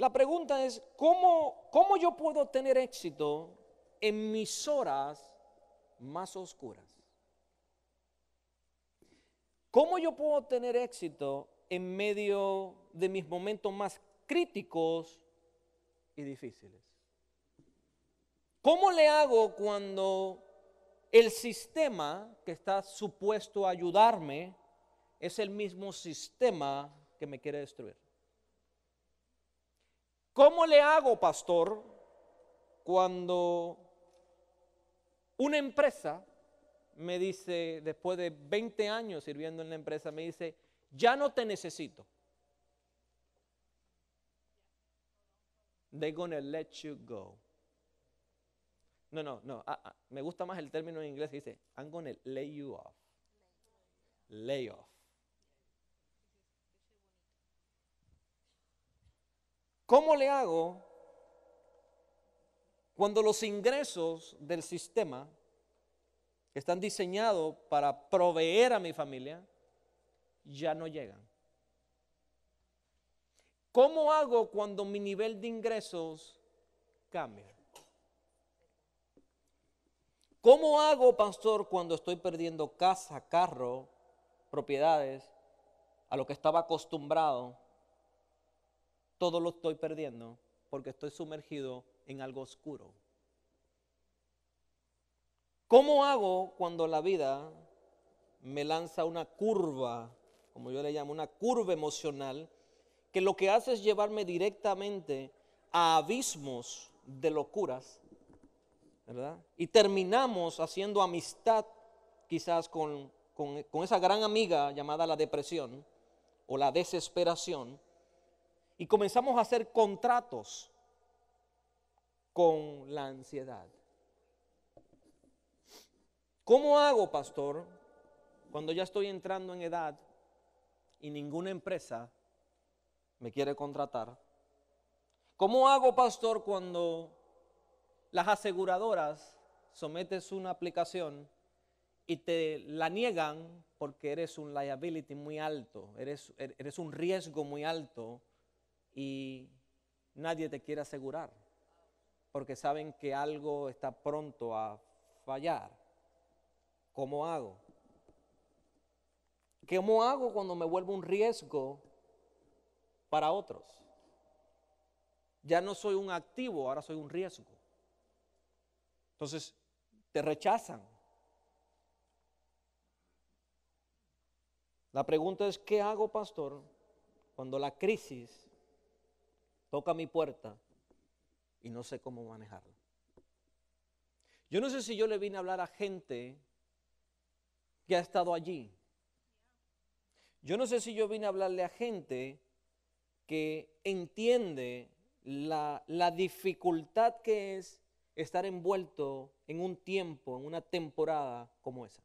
la pregunta es, ¿cómo yo puedo tener éxito en mis horas más oscuras? ¿Cómo yo puedo tener éxito en medio de mis momentos más críticos y difíciles? ¿Cómo le hago cuando el sistema que está supuesto a ayudarme es el mismo sistema que me quiere destruir? ¿Cómo le hago, pastor, cuando una empresa me dice, después de 20 años sirviendo en la empresa, me dice, ya no te necesito? They're gonna let you go. No. Me gusta más el término en inglés que dice, I'm gonna lay you off. Lay off. ¿Cómo le hago cuando los ingresos del sistema que están diseñados para proveer a mi familia ya no llegan? ¿Cómo hago cuando mi nivel de ingresos cambia? ¿Cómo hago, pastor, cuando estoy perdiendo casa, carro, propiedades, a lo que estaba acostumbrado? Todo lo estoy perdiendo porque estoy sumergido en algo oscuro. ¿Cómo hago cuando la vida me lanza una curva, como yo le llamo, una curva emocional, que lo que hace es llevarme directamente a abismos de locuras, ¿verdad? Y terminamos haciendo amistad quizás con esa gran amiga llamada la depresión o la desesperación, y comenzamos a hacer contratos con la ansiedad. ¿Cómo hago, pastor, cuando ya estoy entrando en edad y ninguna empresa me quiere contratar? ¿Cómo hago, pastor, cuando las aseguradoras sometes una aplicación y te la niegan porque eres un liability muy alto, eres un riesgo muy alto y nadie te quiere asegurar porque saben que algo está pronto a fallar? ¿Cómo hago? ¿Cómo hago cuando me vuelvo un riesgo para otros? Ya no soy un activo, ahora soy un riesgo. Entonces, te rechazan. La pregunta es, ¿qué hago, pastor, cuando la crisis toca mi puerta y no sé cómo manejarla? Yo no sé si yo le vine a hablar a gente que ha estado allí. Yo no sé si yo vine a hablarle a gente que entiende la dificultad que es estar envuelto en un tiempo, en una temporada como esa.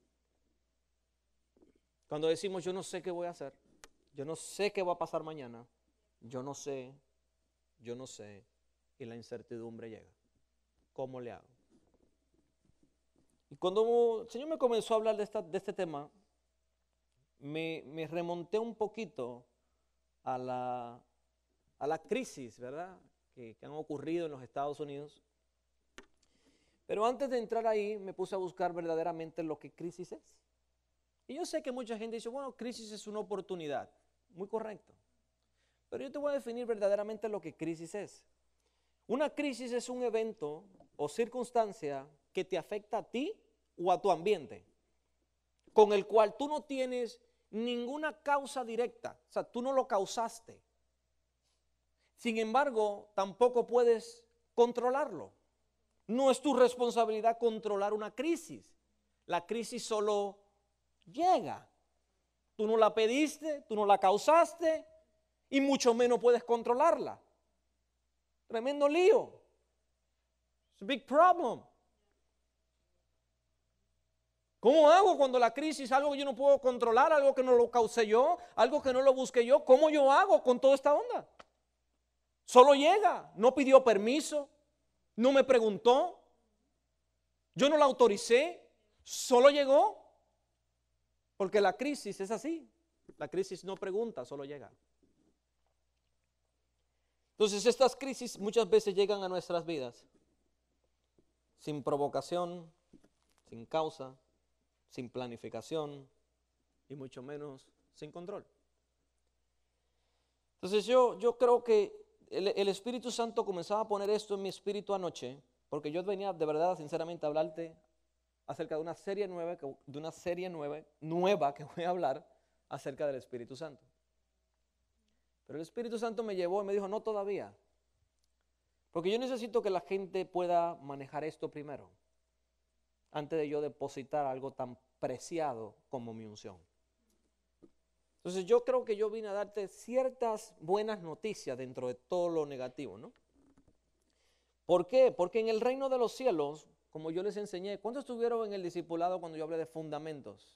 Cuando decimos, yo no sé qué voy a hacer, yo no sé qué va a pasar mañana, yo no sé, y la incertidumbre llega. ¿Cómo le hago? Y cuando el Señor me comenzó a hablar de este tema, me remonté un poquito a la crisis, ¿verdad?, que han ocurrido en los Estados Unidos. Pero antes de entrar ahí, me puse a buscar verdaderamente lo que crisis es. Y yo sé que mucha gente dice, bueno, crisis es una oportunidad. Muy correcto. Pero yo te voy a definir verdaderamente lo que crisis es. Una crisis es un evento o circunstancia que te afecta a ti o a tu ambiente, con el cual tú no tienes ninguna causa directa. O sea, tú no lo causaste. Sin embargo, tampoco puedes controlarlo. No es tu responsabilidad controlar una crisis. La crisis solo llega. Tú no la pediste, tú no la causaste y mucho menos puedes controlarla. Tremendo lío. It's a big problem. ¿Cómo hago cuando la crisis es algo que yo no puedo controlar, algo que no lo causé yo, algo que no lo busqué yo? ¿Cómo yo hago con toda esta onda? Solo llega, no pidió permiso, no me preguntó, yo no la autoricé, solo llegó. Porque la crisis es así, la crisis no pregunta, solo llega. Entonces estas crisis muchas veces llegan a nuestras vidas sin provocación, sin causa, sin planificación y mucho menos sin control. Entonces yo creo que el Espíritu Santo comenzaba a poner esto en mi espíritu anoche, porque yo venía de verdad, sinceramente, a hablarte acerca de una serie nueva que voy a hablar acerca del Espíritu Santo. Pero el Espíritu Santo me llevó y me dijo, no todavía, porque yo necesito que la gente pueda manejar esto primero, antes de yo depositar algo tan preciado como mi unción. Entonces yo creo que yo vine a darte ciertas buenas noticias dentro de todo lo negativo, ¿no? ¿Por qué? Porque en el reino de los cielos, como yo les enseñé, ¿cuántos estuvieron en el discipulado cuando yo hablé de fundamentos?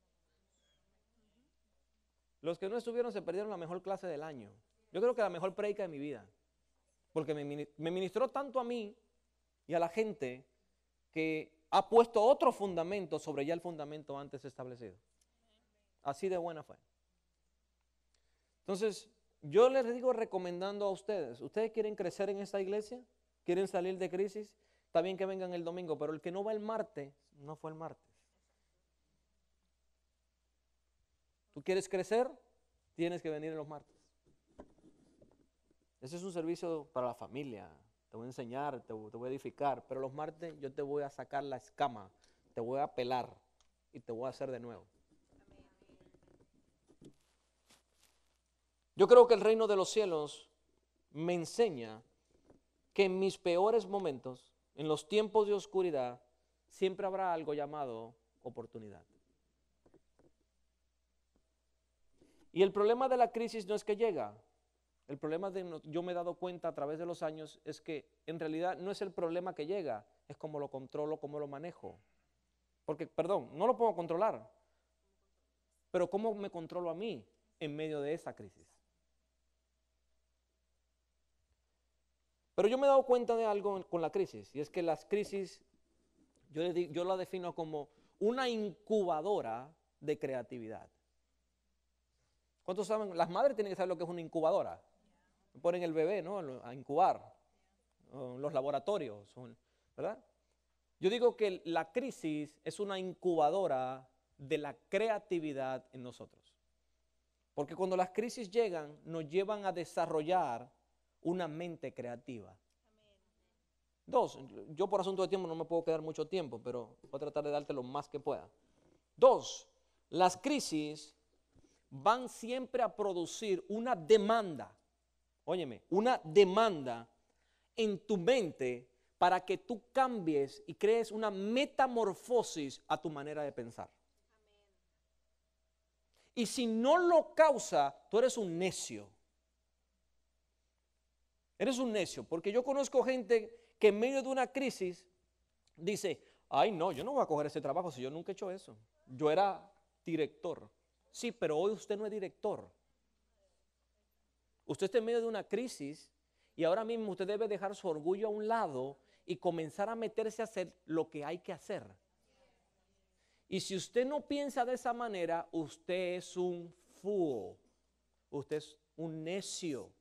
Los que no estuvieron se perdieron la mejor clase del año. Yo creo que la mejor prédica de mi vida. Porque me ministró tanto a mí y a la gente que ha puesto otro fundamento sobre ya el fundamento antes establecido. Así de buena fue. Entonces, yo les digo recomendando a ustedes, ¿ustedes quieren crecer en esta iglesia? ¿Quieren salir de crisis? Está bien que vengan el domingo, pero el que no va el martes, no fue el martes. ¿Tú quieres crecer? Tienes que venir en los martes. Ese es un servicio para la familia. Te voy a enseñar, te voy a edificar, pero los martes yo te voy a sacar la escama, te voy a pelar y te voy a hacer de nuevo. Yo creo que el reino de los cielos me enseña que en mis peores momentos, en los tiempos de oscuridad, siempre habrá algo llamado oportunidad. Y el problema de la crisis no es que llega. El problema yo me he dado cuenta a través de los años es que en realidad no es el problema que llega, es cómo lo controlo, cómo lo manejo. Porque, perdón, no lo puedo controlar, pero cómo me controlo a mí en medio de esa crisis. Pero yo me he dado cuenta de algo con la crisis, y es que las crisis, yo la defino como una incubadora de creatividad. ¿Cuántos saben? Las madres tienen que saber lo que es una incubadora. Ponen el bebé, ¿no?, a incubar, los laboratorios, ¿verdad? Yo digo que la crisis es una incubadora de la creatividad en nosotros. Porque cuando las crisis llegan, nos llevan a desarrollar una mente creativa. Dos, yo por asunto de tiempo no me puedo quedar mucho tiempo, pero voy a tratar de darte lo más que pueda. Dos, las crisis van siempre a producir una demanda, óyeme, una demanda en tu mente para que tú cambies y crees una metamorfosis a tu manera de pensar. Y si no lo causa, tú eres un necio. Eres un necio, porque yo conozco gente que en medio de una crisis dice, ay no, yo no voy a coger ese trabajo si yo nunca he hecho eso. Yo era director. Sí, pero hoy usted no es director. Usted está en medio de una crisis y ahora mismo usted debe dejar su orgullo a un lado y comenzar a meterse a hacer lo que hay que hacer. Y si usted no piensa de esa manera, usted es un fool. Usted es un necio.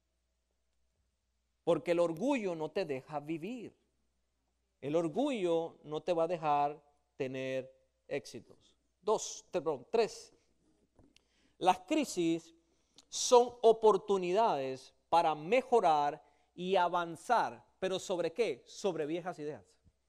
Porque el orgullo no te deja vivir. El orgullo no te va a dejar tener éxitos. Tres. Las crisis son oportunidades para mejorar y avanzar. ¿Pero sobre qué? Sobre viejas ideas.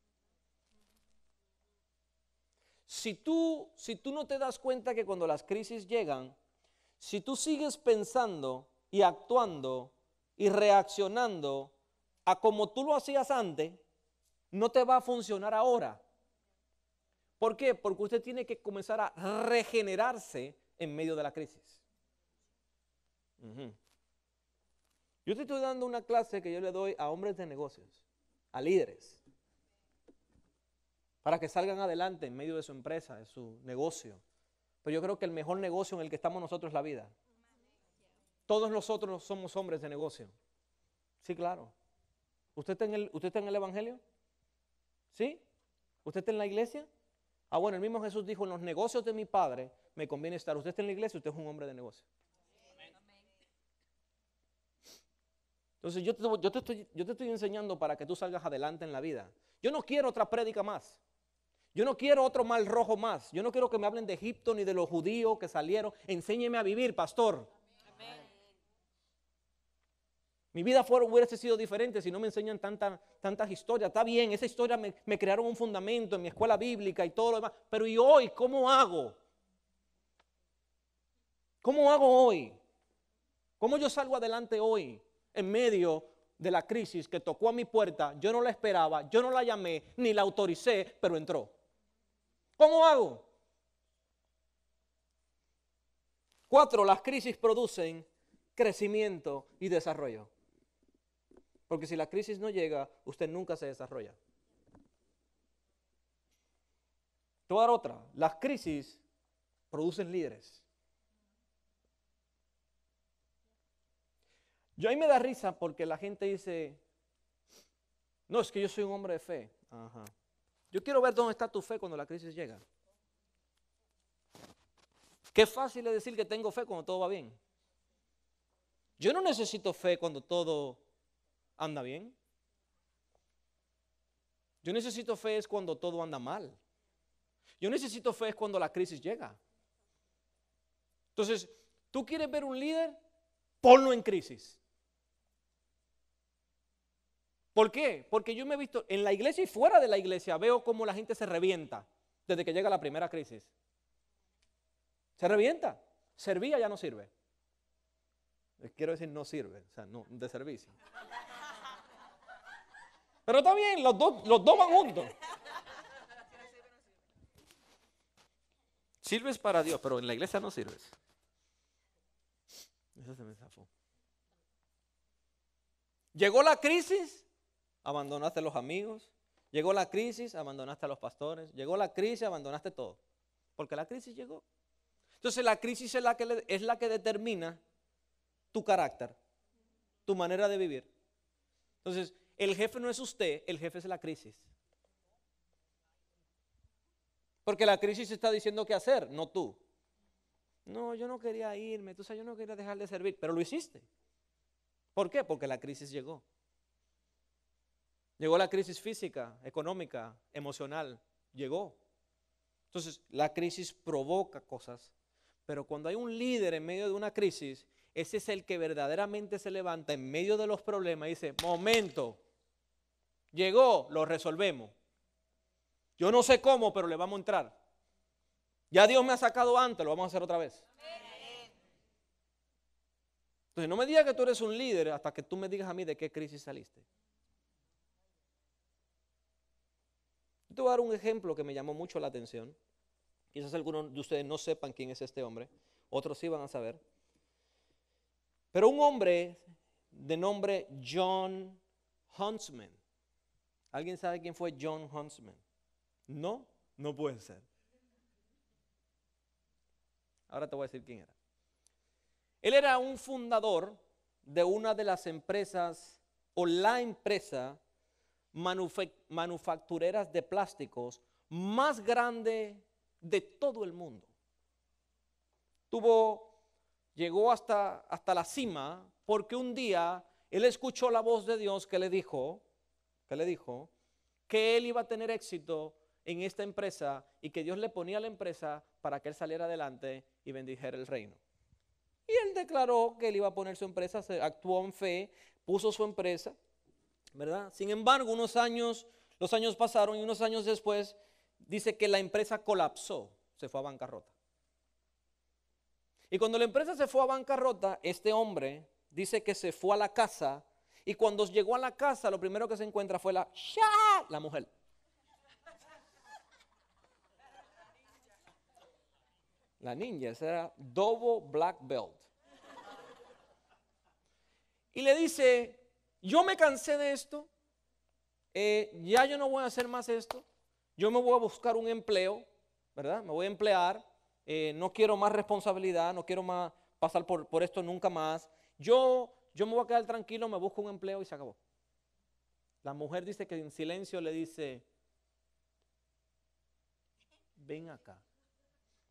Si tú no te das cuenta que cuando las crisis llegan, si tú sigues pensando y actuando y reaccionando a como tú lo hacías antes, no te va a funcionar ahora. ¿Por qué? Porque usted tiene que comenzar a regenerarse en medio de la crisis. Yo te estoy dando una clase que yo le doy a hombres de negocios, a líderes, para que salgan adelante en medio de su empresa, de su negocio. Pero yo creo que el mejor negocio en el que estamos nosotros es la vida. Todos nosotros somos hombres de negocio. Sí, claro. ¿Usted está en el Evangelio? ¿Sí? ¿Usted está en la iglesia? Ah, bueno, el mismo Jesús dijo, en los negocios de mi Padre me conviene estar. Usted está en la iglesia, usted es un hombre de negocio. Entonces yo te estoy enseñando para que tú salgas adelante en la vida. Yo no quiero otra prédica más. Yo no quiero otro mal rojo más. Yo no quiero que me hablen de Egipto ni de los judíos que salieron. Enséñeme a vivir, pastor. Amén. Mi vida hubiese sido diferente si no me enseñan tantas historias. Está bien, esa historia me crearon un fundamento en mi escuela bíblica y todo lo demás. Pero ¿y hoy cómo hago? ¿Cómo hago hoy? ¿Cómo yo salgo adelante hoy en medio de la crisis que tocó a mi puerta? Yo no la esperaba, yo no la llamé, ni la autoricé, pero entró. ¿Cómo hago? 4, las crisis producen crecimiento y desarrollo. Porque si la crisis no llega, usted nunca se desarrolla. Te voy a dar otra. Las crisis producen líderes. Yo ahí me da risa porque la gente dice, no, es que yo soy un hombre de fe. Ajá. Yo quiero ver dónde está tu fe cuando la crisis llega. Qué fácil es decir que tengo fe cuando todo va bien. Yo no necesito fe cuando todo anda bien. Yo necesito fe es cuando todo anda mal. Yo necesito fe es cuando la crisis llega. Entonces, ¿tú quieres ver un líder? Ponlo en crisis. ¿Por qué? Porque yo me he visto en la iglesia y fuera de la iglesia, veo cómo la gente se revienta desde que llega la primera crisis. Se revienta. Servía ya no sirve. Quiero decir no sirve, o sea, no de servicio. Pero está bien, los dos van juntos. Sirves para Dios, pero en la iglesia no sirves. Eso se me zafó. Llegó la crisis, abandonaste a los amigos. Llegó la crisis, abandonaste a los pastores. Llegó la crisis, abandonaste todo. Porque la crisis llegó. Entonces la crisis es la que determina tu carácter, tu manera de vivir. Entonces, el jefe no es usted, el jefe es la crisis. Porque la crisis está diciendo qué hacer, no tú. No, yo no quería irme, tú sabes, yo no quería dejar de servir, pero lo hiciste. ¿Por qué? Porque la crisis llegó. Llegó la crisis física, económica, emocional, llegó. Entonces, la crisis provoca cosas, pero cuando hay un líder en medio de una crisis, ese es el que verdaderamente se levanta en medio de los problemas y dice, momento, llegó, lo resolvemos. Yo no sé cómo, pero le vamos a entrar. Ya Dios me ha sacado antes, lo vamos a hacer otra vez. Entonces no me digas que tú eres un líder hasta que tú me digas a mí de qué crisis saliste. Yo te voy a dar un ejemplo que me llamó mucho la atención. Quizás algunos de ustedes no sepan quién es este hombre, otros sí van a saber. Pero un hombre de nombre John Huntsman. ¿Alguien sabe quién fue John Huntsman? No, no puede ser. Ahora te voy a decir quién era. Él era un fundador de una de las empresas o la empresa manufactureras de plásticos más grande de todo el mundo. Llegó hasta la cima porque un día él escuchó la voz de Dios que le dijo que él iba a tener éxito en esta empresa y que Dios le ponía a la empresa para que él saliera adelante y bendijera el reino. Y él declaró que él iba a poner su empresa, actuó en fe, puso su empresa, ¿verdad? Sin embargo, los años pasaron y unos años después dice que la empresa colapsó, se fue a bancarrota. Y cuando la empresa se fue a bancarrota, este hombre dice que se fue a la casa y cuando llegó a la casa lo primero que se encuentra fue la mujer. La ninja, esa era double black belt. Y le dice, yo me cansé de esto, ya yo no voy a hacer más esto, yo me voy a buscar un empleo, ¿verdad? Me voy a emplear, no quiero más responsabilidad, no quiero más pasar por esto nunca más. Yo me voy a quedar tranquilo, me busco un empleo y se acabó. La mujer dice que en silencio le dice, ven acá.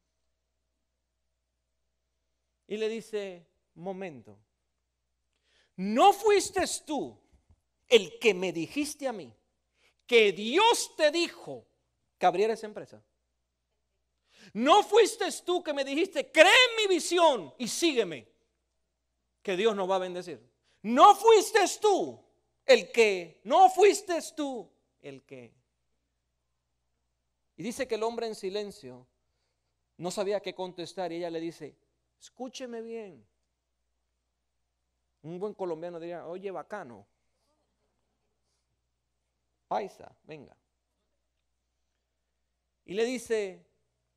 Y le dice, momento, ¿no fuiste tú el que me dijiste a mí que Dios te dijo que abriera esa empresa? ¿No fuiste tú que me dijiste, cree en mi visión y sígueme, que Dios nos va a bendecir? ¿No fuiste tú el que? ¿No fuiste tú el que? Y dice que el hombre en silencio no sabía qué contestar y ella le dice, escúcheme bien. Un buen colombiano diría, oye, bacano. Paisa, venga. Y le dice,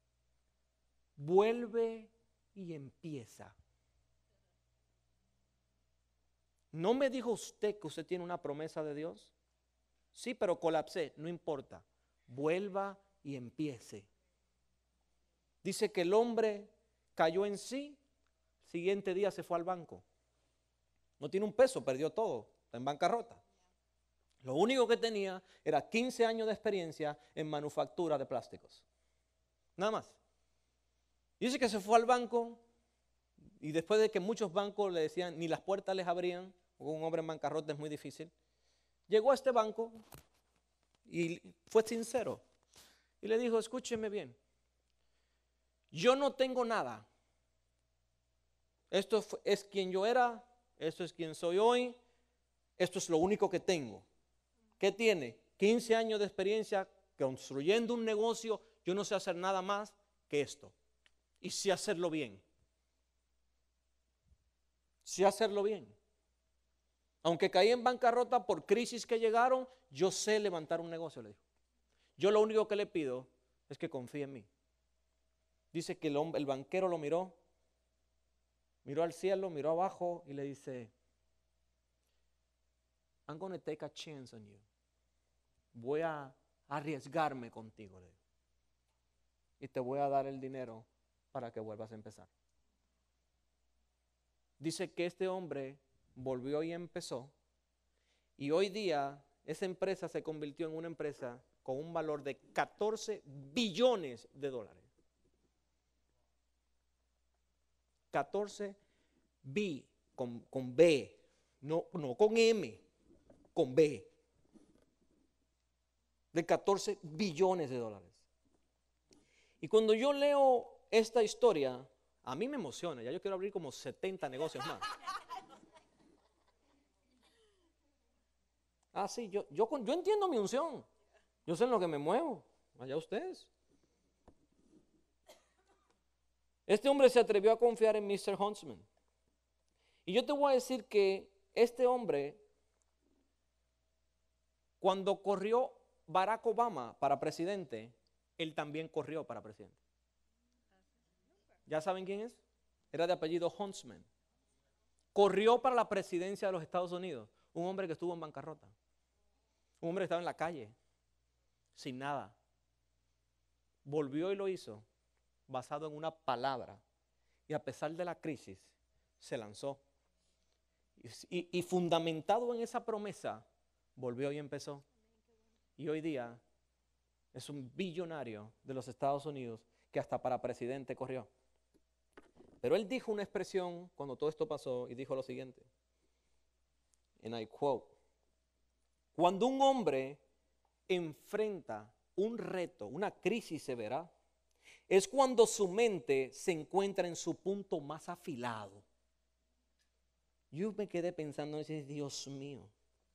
vuelve y empieza. ¿No me dijo usted que usted tiene una promesa de Dios? Sí, pero colapsé, no importa. Vuelva y empiece. Dice que el hombre cayó en sí, siguiente día se fue al banco. No tiene un peso, perdió todo, está en bancarrota. Lo único que tenía era 15 años de experiencia en manufactura de plásticos. Nada más. Dice que se fue al banco y después de que muchos bancos le decían ni las puertas les abrían, porque un hombre en bancarrota es muy difícil, llegó a este banco y fue sincero y le dijo, escúcheme bien, yo no tengo nada. Esto es quien yo era, esto es quien soy hoy, esto es lo único que tengo. ¿Qué tiene? 15 años de experiencia construyendo un negocio, yo no sé hacer nada más que esto. Y sé hacerlo bien. Sé hacerlo bien. Aunque caí en bancarrota por crisis que llegaron, yo sé levantar un negocio, le dijo. Yo lo único que le pido es que confíe en mí. Dice que el banquero lo miró al cielo, miró abajo y le dice, I'm going to take a chance on you. Voy a arriesgarme contigo, le dijo. Y te voy a dar el dinero para que vuelvas a empezar. Dice que este hombre volvió y empezó. Y hoy día esa empresa se convirtió en una empresa con un valor de 14 billones de dólares. 14 B, con B, no con M, con B. De 14 billones de dólares. Y cuando yo leo esta historia, a mí me emociona. Ya yo quiero abrir como 70 negocios más. Ah, sí, yo entiendo mi unción. Yo sé en lo que me muevo. Allá ustedes. Este hombre se atrevió a confiar en Mr. Huntsman. Y yo te voy a decir que este hombre, cuando corrió Barack Obama para presidente, él también corrió para presidente. ¿Ya saben quién es? Era de apellido Huntsman. Corrió para la presidencia de los Estados Unidos. Un hombre que estuvo en bancarrota. Un hombre que estaba en la calle, sin nada. Volvió y lo hizo basado en una palabra. Y a pesar de la crisis, se lanzó. Y fundamentado en esa promesa, volvió y empezó. Y hoy día es un billonario de los Estados Unidos que hasta para presidente corrió. Pero él dijo una expresión cuando todo esto pasó y dijo lo siguiente. And I quote. Cuando un hombre enfrenta un reto, una crisis severa, es cuando su mente se encuentra en su punto más afilado. Yo me quedé pensando, Dios mío.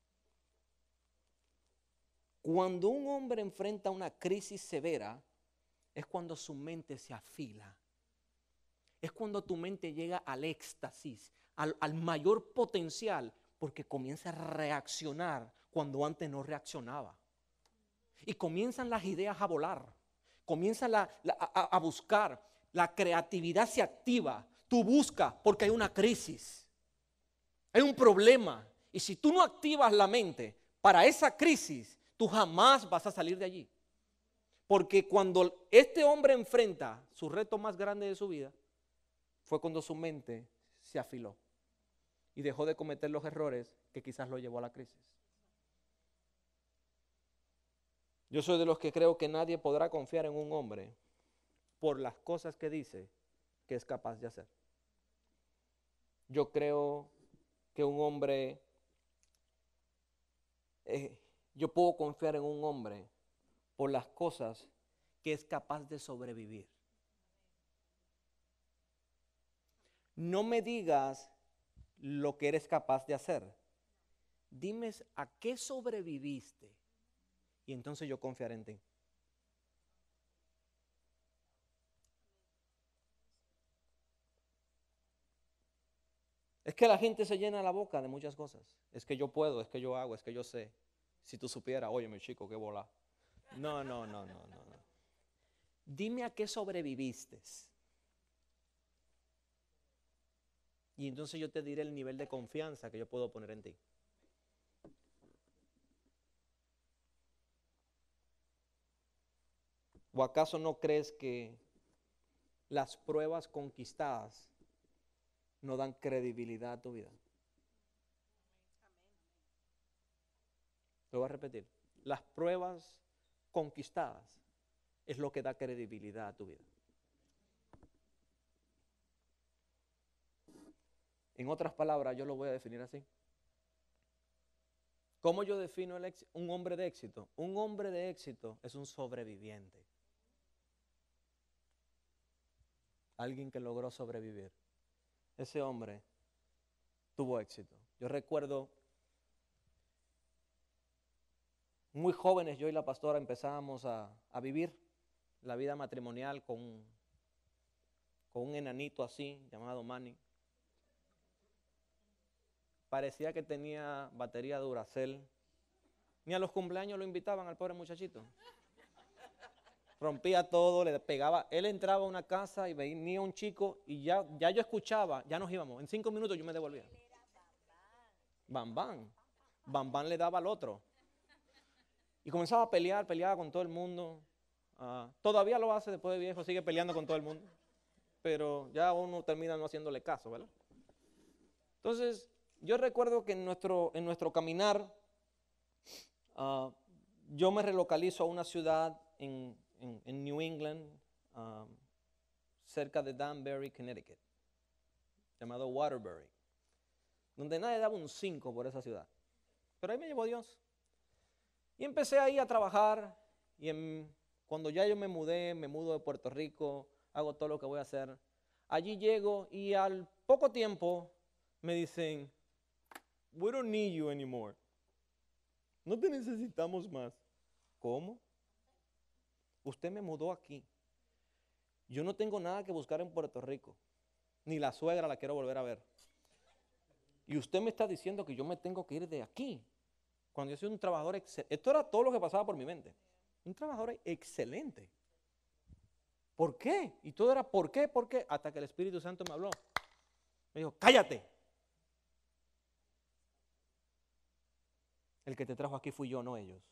Cuando un hombre enfrenta una crisis severa, es cuando su mente se afila. Es cuando tu mente llega al éxtasis, al mayor potencial, porque comienza a reaccionar cuando antes no reaccionaba. Y comienzan las ideas a volar, comienzan a buscar, la creatividad se activa, tú buscas porque hay una crisis, hay un problema. Y si tú no activas la mente para esa crisis, tú jamás vas a salir de allí. Porque cuando este hombre enfrenta su reto más grande de su vida, fue cuando su mente se afiló y dejó de cometer los errores que quizás lo llevó a la crisis. Yo soy de los que creo que nadie podrá confiar en un hombre por las cosas que dice que es capaz de hacer. Yo creo que un hombre, yo puedo confiar en un hombre por las cosas que es capaz de sobrevivir. No me digas lo que eres capaz de hacer. Dime a qué sobreviviste y entonces yo confiaré en ti. Es que la gente se llena la boca de muchas cosas. Es que yo puedo, es que yo hago, es que yo sé. Si tú supieras, oye, mi chico, qué bola. No. Dime a qué sobreviviste. Y entonces yo te diré el nivel de confianza que yo puedo poner en ti. ¿O acaso no crees que las pruebas conquistadas no dan credibilidad a tu vida? Lo voy a repetir. Las pruebas conquistadas es lo que da credibilidad a tu vida. En otras palabras, yo lo voy a definir así. ¿Cómo yo defino un hombre de éxito? Un hombre de éxito es un sobreviviente. Alguien que logró sobrevivir. Ese hombre tuvo éxito. Yo recuerdo, muy jóvenes, yo y la pastora empezábamos a vivir la vida matrimonial con un enanito así, llamado Manny. Parecía que tenía batería Duracell. Ni a los cumpleaños lo invitaban al pobre muchachito. Rompía todo, le pegaba. Él entraba a una casa y venía un chico y ya yo escuchaba, ya nos íbamos. En 5 minutos yo me devolvía. Bam. Bam le daba al otro. Y comenzaba a peleaba con todo el mundo. Todavía lo hace después de viejo, sigue peleando con todo el mundo. Pero ya uno termina no haciéndole caso, ¿verdad? Entonces, yo recuerdo que en nuestro caminar, yo me relocalizo a una ciudad en New England, cerca de Danbury, Connecticut, llamado Waterbury, donde nadie daba un 5 por esa ciudad. Pero ahí me llevó Dios. Y empecé ahí a trabajar y cuando ya yo me mudo de Puerto Rico, hago todo lo que voy a hacer. Allí llego y al poco tiempo me dicen, we don't need you anymore. No te necesitamos más. ¿Cómo? Usted me mudó aquí. Yo no tengo nada que buscar en Puerto Rico. Ni la suegra la quiero volver a ver. Y usted me está diciendo que yo me tengo que ir de aquí. Cuando yo soy un trabajador excelente. Esto era todo lo que pasaba por mi mente. Un trabajador excelente. ¿Por qué? Y todo era ¿por qué? ¿Por qué? Hasta que el Espíritu Santo me habló. Me dijo, cállate. El que te trajo aquí fui yo, no ellos.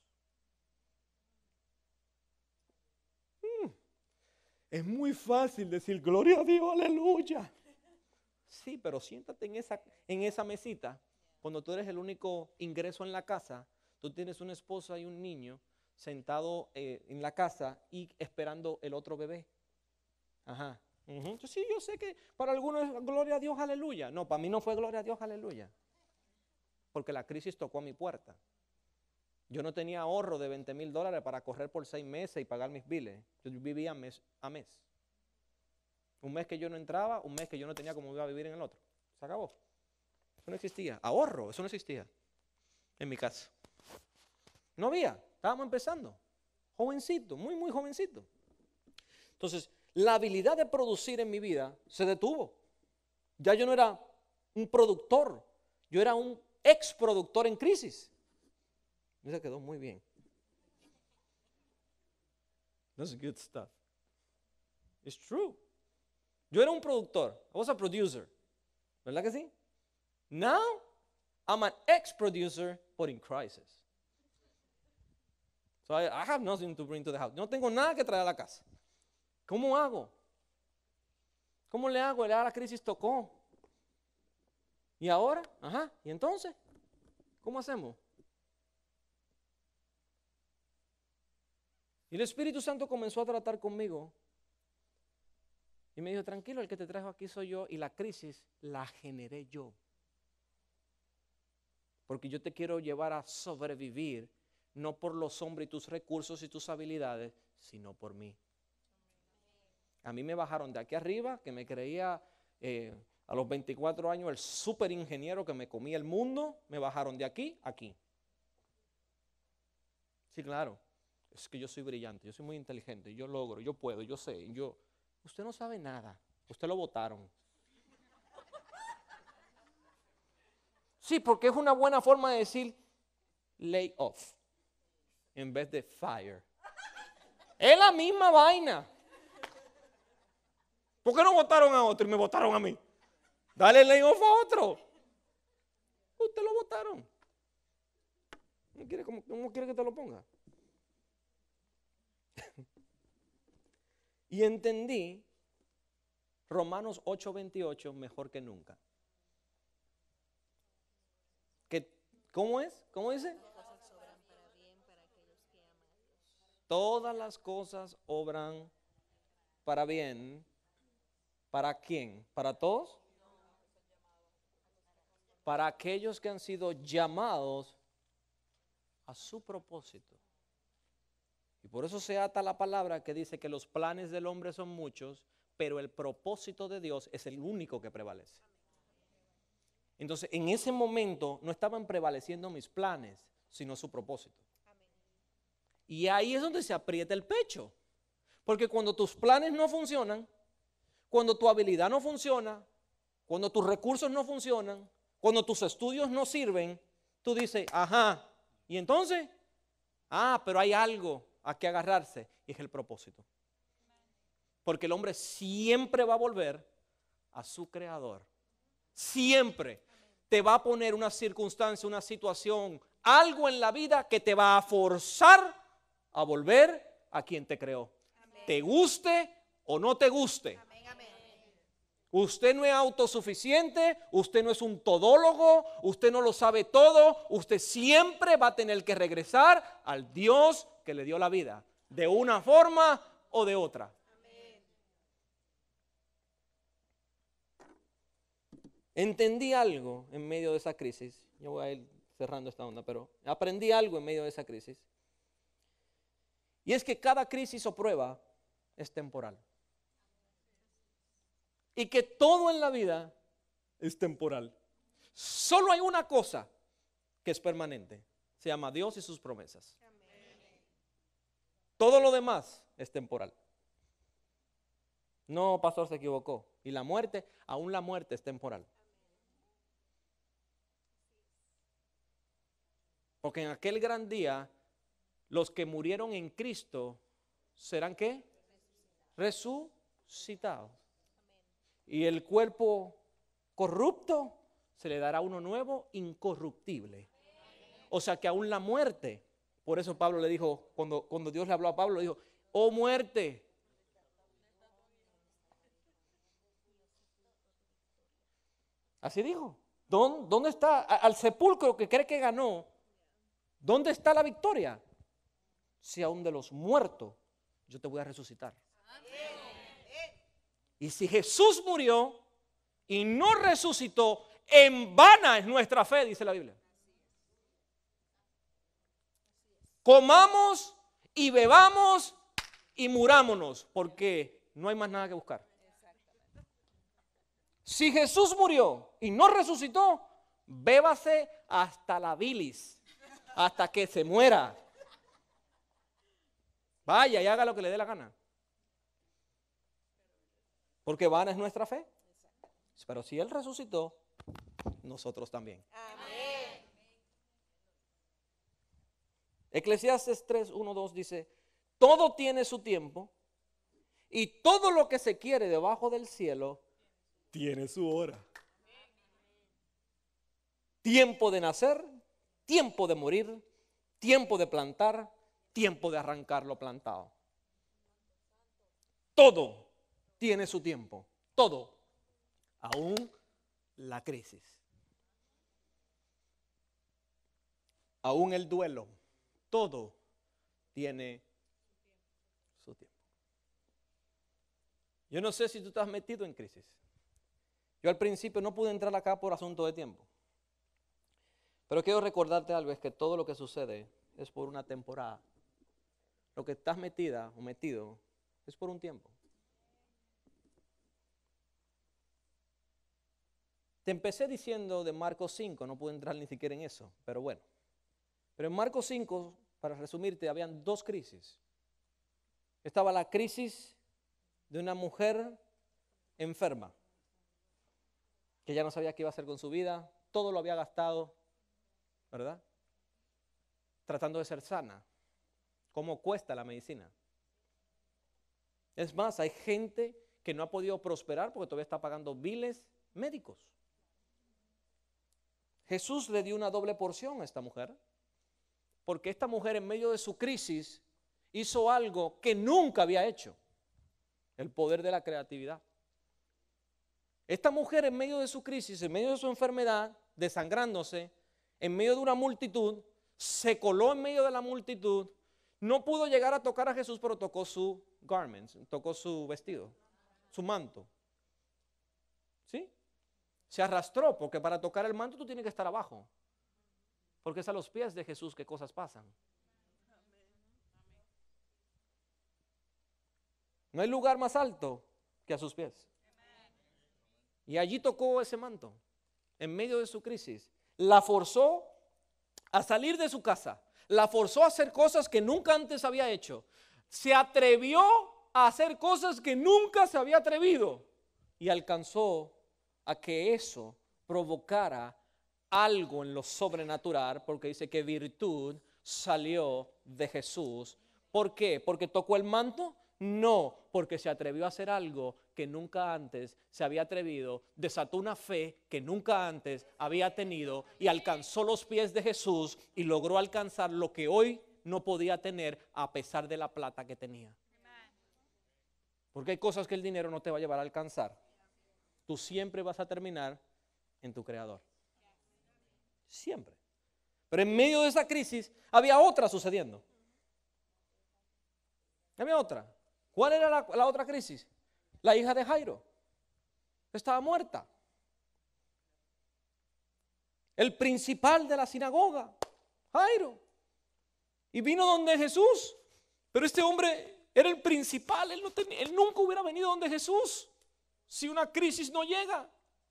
Es muy fácil decir, gloria a Dios, aleluya. Sí, pero siéntate en esa mesita. Cuando tú eres el único ingreso en la casa, tú tienes una esposa y un niño sentado en la casa y esperando el otro bebé. Ajá. Sí, yo sé que para algunos es gloria a Dios, aleluya. No, para mí no fue gloria a Dios, aleluya. Porque la crisis tocó a mi puerta. Yo no tenía ahorro de $20,000 para correr por 6 meses y pagar mis biles. Yo vivía mes a mes. Un mes que yo no entraba, un mes que yo no tenía cómo iba a vivir en el otro. Se acabó. Eso no existía. Ahorro, eso no existía en mi casa. No había. Estábamos empezando. Jovencito, muy jovencito. Entonces, la habilidad de producir en mi vida se detuvo. Ya yo no era un productor. Yo era un exproductor en crisis. Y se quedó muy bien. That's good stuff. It's true. Yo era un productor. I was a producer. ¿Verdad que sí? Now, I'm an ex-producer, but in crisis. So I have nothing to bring to the house. No tengo nada que traer a la casa. ¿Cómo hago? ¿Cómo le hago? Ya la crisis tocó. ¿Y ahora? Ajá. ¿Y entonces? ¿Cómo hacemos? Y el Espíritu Santo comenzó a tratar conmigo. Y me dijo, tranquilo, el que te trajo aquí soy yo y la crisis la generé yo. Porque yo te quiero llevar a sobrevivir, no por los hombres y tus recursos y tus habilidades, sino por mí. A mí me bajaron de aquí arriba, que me creía a los 24 años el súper ingeniero que me comía el mundo. Me bajaron de aquí a aquí. Sí, claro. Es que yo soy brillante, yo soy muy inteligente, yo logro, yo puedo, yo sé. Usted no sabe nada, usted lo votaron. Sí, porque es una buena forma de decir lay off en vez de fire. Es la misma vaina. ¿Por qué no votaron a otro y me votaron a mí? Dale lay off a otro. Usted lo votaron. ¿Cómo quiere que te lo ponga? Y entendí Romanos 8:28 mejor que nunca. ¿Cómo es? ¿Cómo dice? Todas las cosas obran para bien. ¿Para quién? ¿Para todos? Para aquellos que han sido llamados a su propósito. Y por eso se ata la palabra que dice que los planes del hombre son muchos, pero el propósito de Dios es el único que prevalece. Entonces, en ese momento no estaban prevaleciendo mis planes, sino su propósito. Y ahí es donde se aprieta el pecho. Porque cuando tus planes no funcionan, cuando tu habilidad no funciona, cuando tus recursos no funcionan, cuando tus estudios no sirven, tú dices, ajá, y entonces, pero hay algo a que agarrarse, y es el propósito. Porque el hombre siempre va a volver a su creador. Siempre te va a poner una circunstancia, una situación, algo en la vida que te va a forzar a volver a quien te creó. Amén. Te guste o no te guste. Amén, amén. Usted no es autosuficiente, usted no es un todólogo, usted no lo sabe todo, usted siempre va a tener que regresar al Dios que le dio la vida, de una forma o de otra. Entendí algo en medio de esa crisis. Yo voy a ir cerrando esta onda, pero aprendí algo en medio de esa crisis. Y es que cada crisis o prueba es temporal. Y que todo en la vida es temporal. Solo hay una cosa que es permanente. Se llama Dios y sus promesas. Todo lo demás es temporal. No, pastor, se equivocó. Y la muerte, aún la muerte es temporal. Porque en aquel gran día, los que murieron en Cristo serán ¿qué? Resucitados. Y el cuerpo corrupto se le dará uno nuevo, incorruptible. O sea que aún la muerte, por eso Pablo le dijo, cuando Dios le habló a Pablo, le dijo, oh muerte. Así dijo. ¿Dónde está? Al sepulcro que cree que ganó, ¿dónde está la victoria? Si aún de los muertos yo te voy a resucitar. Y si Jesús murió y no resucitó, en vana es nuestra fe, dice la Biblia. Comamos y bebamos y murámonos, porque no hay más nada que buscar. Si Jesús murió y no resucitó, bébase hasta la bilis, hasta que se muera. Vaya y haga lo que le dé la gana. Porque vana es nuestra fe. Pero si Él resucitó, nosotros también. Amén. Eclesiastes 3, 1, 2 dice, todo tiene su tiempo y todo lo que se quiere debajo del cielo tiene su hora. Tiempo de nacer, tiempo de morir, tiempo de plantar, tiempo de arrancar lo plantado. Todo tiene su tiempo, todo, aún la crisis, aún el duelo, todo tiene su tiempo. Yo no sé si tú estás metido en crisis. Yo al principio no pude entrar acá por asunto de tiempo, Pero quiero recordarte algo, es que todo lo que sucede es por una temporada. Lo que estás metida o metido es por un tiempo. Te empecé diciendo de Marcos 5, no puedo entrar ni siquiera en eso, pero bueno. Pero en Marcos 5, para resumirte, habían dos crisis. Estaba la crisis de una mujer enferma, que ya no sabía qué iba a hacer con su vida, todo lo había gastado, ¿verdad? Tratando de ser sana. ¿Cómo cuesta la medicina? Es más, hay gente que no ha podido prosperar porque todavía está pagando biles médicos. Jesús le dio una doble porción a esta mujer, porque esta mujer en medio de su crisis hizo algo que nunca había hecho: el poder de la creatividad. Esta mujer en medio de su crisis, en medio de su enfermedad, desangrándose, en medio de una multitud, se coló en medio de la multitud, no pudo llegar a tocar a Jesús, pero tocó su garment, tocó su vestido, su manto. ¿Sí? Se arrastró, porque para tocar el manto tú tienes que estar abajo, porque es a los pies de Jesús que cosas pasan. No hay lugar más alto que a sus pies. Y allí tocó ese manto, en medio de su crisis. La forzó a salir de su casa, la forzó a hacer cosas que nunca antes había hecho. Se atrevió a hacer cosas que nunca se había atrevido, y alcanzó a que eso provocara algo en lo sobrenatural, porque dice que virtud salió de Jesús. ¿Por qué? ¿Porque tocó el manto? No, porque se atrevió a hacer algo que nunca antes se había atrevido, desató una fe que nunca antes había tenido y alcanzó los pies de Jesús y logró alcanzar lo que hoy no podía tener a pesar de la plata que tenía. Porque hay cosas que el dinero no te va a llevar a alcanzar. Tú siempre vas a terminar en tu Creador. Siempre. Pero en medio de esa crisis había otra sucediendo. Había otra. ¿Cuál era la otra crisis? La hija de Jairo estaba muerta. El principal de la sinagoga, Jairo. Y vino donde Jesús. Pero este hombre era el principal. Él nunca hubiera venido donde Jesús si una crisis no llega.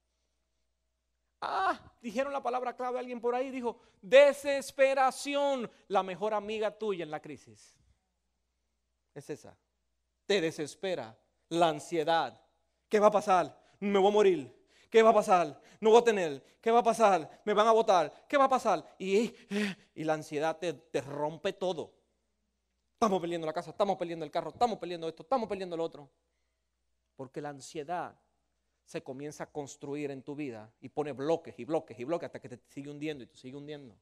Dijeron la palabra clave, alguien por ahí dijo: desesperación, la mejor amiga tuya en la crisis. Es esa. Te desespera la ansiedad. ¿Qué va a pasar? Me voy a morir. ¿Qué va a pasar? No voy a tener. ¿Qué va a pasar? Me van a botar. ¿Qué va a pasar? Y la ansiedad te rompe todo. Estamos perdiendo la casa, estamos perdiendo el carro, estamos perdiendo esto, estamos perdiendo lo otro. Porque la ansiedad se comienza a construir en tu vida y pone bloques y bloques y bloques hasta que te sigue hundiendo y te sigue hundiendo.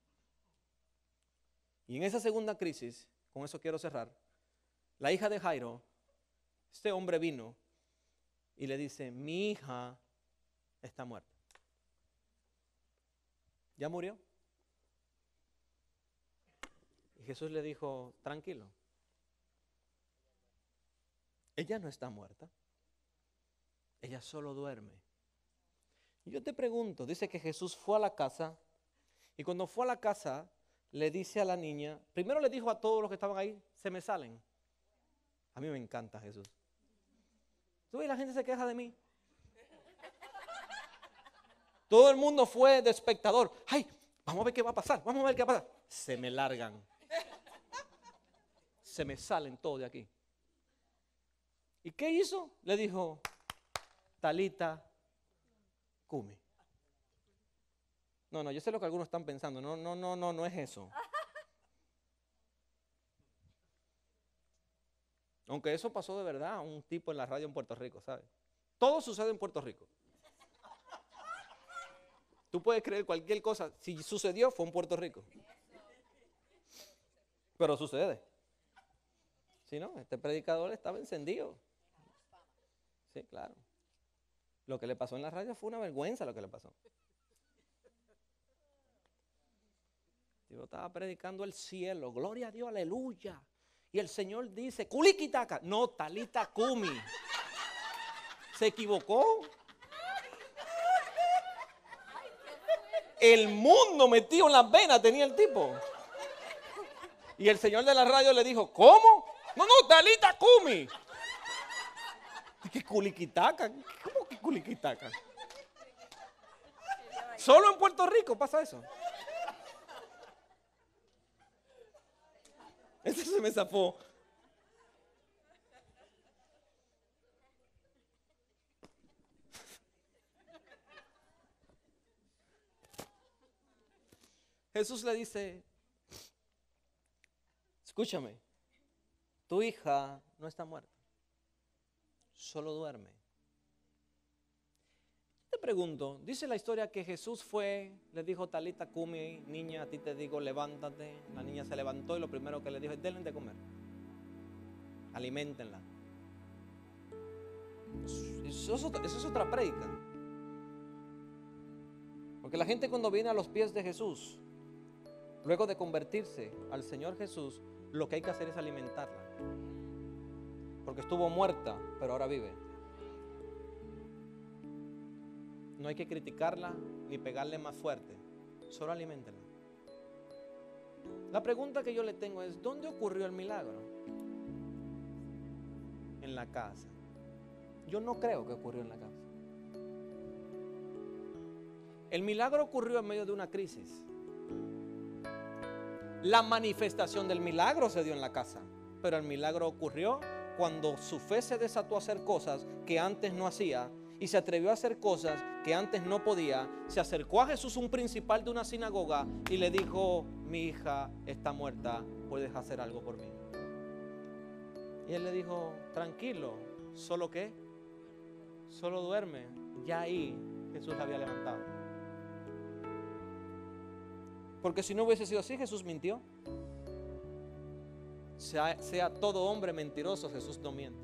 Y en esa segunda crisis, con eso quiero cerrar, la hija de Jairo, este hombre vino y le dice: mi hija está muerta. ¿Ya murió? Y Jesús le dijo: tranquilo, ella no está muerta, ella solo duerme. Y yo te pregunto, dice que Jesús fue a la casa, y cuando fue a la casa le dice a la niña, primero le dijo a todos los que estaban ahí: se me salen. A mí me encanta Jesús. ¿Tú ves? La gente se queja de mí. Todo el mundo fue de espectador. Ay, vamos a ver qué va a pasar, vamos a ver qué va a pasar. Se me largan. Se me salen todos de aquí. ¿Y qué hizo? Le dijo: Talita cumi. No, yo sé lo que algunos están pensando. No es eso. Aunque eso pasó de verdad, un tipo en la radio en Puerto Rico, ¿sabes? Todo sucede en Puerto Rico. Tú puedes creer cualquier cosa. Si sucedió, fue en Puerto Rico. Pero sucede. Si no, este predicador estaba encendido. Sí, claro. Lo que le pasó en la radio fue una vergüenza lo que le pasó. Yo estaba predicando el cielo, gloria a Dios, aleluya. Y el Señor dice: culiquitaca. No, Talita cumi. Se equivocó. El mundo metido en las venas tenía el tipo. Y el señor de la radio le dijo, ¿cómo? No, Talita Kumi. ¿Qué culiquitaca? ¿Cómo que culiquitaca? Solo en Puerto Rico pasa eso. Ese se me zafó. Jesús le dice, escúchame, tu hija no está muerta, solo duerme. Te pregunto, dice la historia que Jesús fue, le dijo, Talita Kumi, niña, a ti te digo, levántate. La niña se levantó y lo primero que le dijo es, denle de comer, aliméntenla. Eso es otra prédica. Porque la gente cuando viene a los pies de Jesús, luego de convertirse al Señor Jesús, lo que hay que hacer es alimentarla. Porque estuvo muerta, pero ahora vive. No hay que criticarla ni pegarle más fuerte. Solo aliméntenla. La pregunta que yo le tengo es, ¿dónde ocurrió el milagro? En la casa. Yo no creo que ocurrió en la casa. El milagro ocurrió en medio de una crisis. La manifestación del milagro se dio en la casa, pero el milagro ocurrió cuando su fe se desató a hacer cosas que antes no hacía y se atrevió a hacer cosas que antes no podía. Se acercó a Jesús, un principal de una sinagoga, y le dijo, mi hija está muerta, ¿puedes hacer algo por mí? Y él le dijo, tranquilo, ¿solo qué? Solo duerme. Ya ahí Jesús la había levantado. Porque si no hubiese sido así, Jesús mintió. Sea todo hombre mentiroso, Jesús no miente.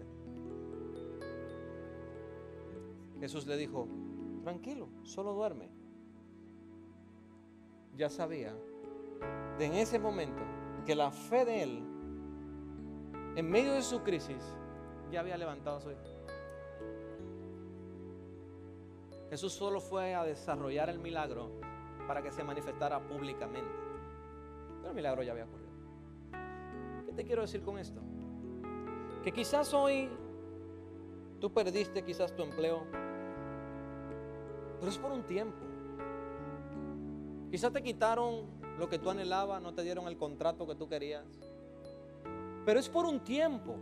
Jesús le dijo, tranquilo, solo duerme. Ya sabía en ese momento que la fe de él, en medio de su crisis, ya había levantado a su hijo. Jesús solo fue a desarrollar el milagro para que se manifestara públicamente. Pero el milagro ya había ocurrido. ¿Qué te quiero decir con esto? Que quizás hoy tú perdiste quizás tu empleo, pero es por un tiempo. Quizás te quitaron lo que tú anhelabas, no te dieron el contrato que tú querías, pero es por un tiempo.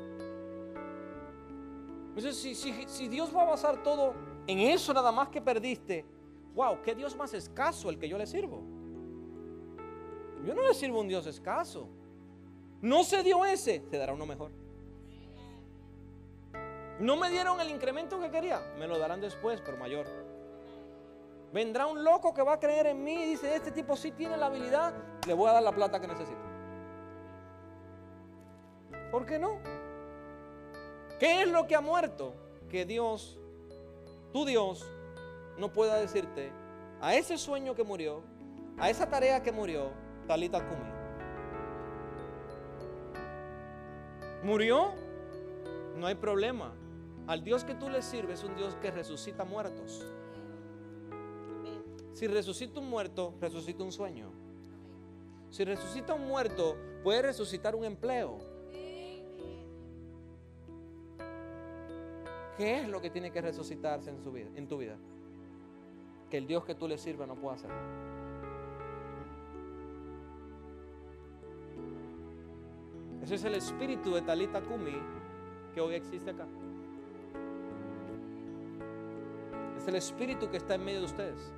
Entonces, si Dios va a basar todo en eso nada más que perdiste, wow, qué Dios más escaso el que yo le sirvo. Yo no le sirvo a un Dios escaso. No se dio ese, se dará uno mejor. No me dieron el incremento que quería, me lo darán después, pero mayor. Vendrá un loco que va a creer en mí y dice, este tipo sí tiene la habilidad, le voy a dar la plata que necesito. ¿Por qué no? ¿Qué es lo que ha muerto? Que Dios, tu Dios, no pueda decirte, a ese sueño que murió, a esa tarea que murió, Talita Kumi. ¿Murió? No hay problema. Al Dios que tú le sirves es un Dios que resucita muertos. Si resucita un muerto, resucita un sueño. Si resucita un muerto, puede resucitar un empleo. ¿Qué es lo que tiene que resucitarse en su vida, en tu vida? Que el Dios que tú le sirvas no pueda hacer. Ese es el espíritu de Talita Kumi que hoy existe acá. Es el espíritu que está en medio de ustedes.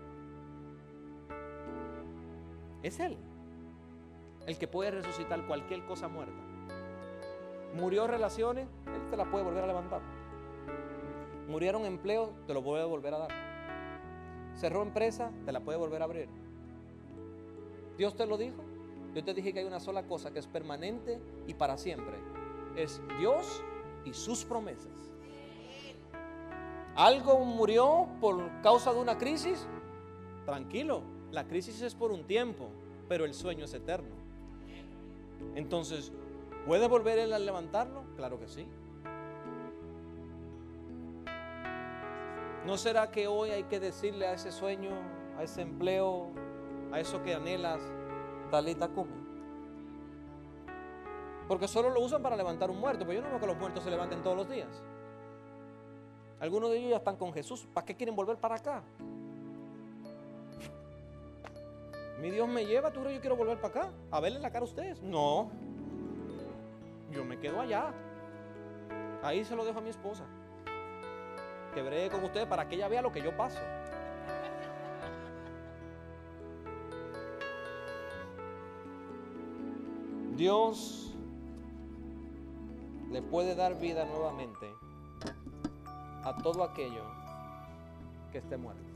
Es Él el que puede resucitar cualquier cosa muerta. Murió relaciones, Él te las puede volver a levantar. Murieron empleos, te lo puede volver a dar. Cerró empresa, te la puede volver a abrir. Dios te lo dijo. Yo te dije que hay una sola cosa que es permanente y para siempre. Es Dios y sus promesas. ¿Algo murió por causa de una crisis? Tranquilo, la crisis es por un tiempo, pero el sueño es eterno. Entonces, ¿puede volver Él a levantarlo? Claro que sí. ¿No será que hoy hay que decirle a ese sueño, a ese empleo, a eso que anhelas, Talita Kumi. Porque solo lo usan para levantar un muerto, pero yo no veo que los muertos se levanten todos los días. Algunos de ellos ya están con Jesús. ¿Para qué quieren volver para acá? Mi Dios me lleva, ¿tú crees que yo quiero volver para acá? A verle la cara a ustedes. No. Yo me quedo allá. Ahí se lo dejo a mi esposa. Que bregue con ustedes para que ella vea lo que yo paso. Dios le puede dar vida nuevamente a todo aquello que esté muerto.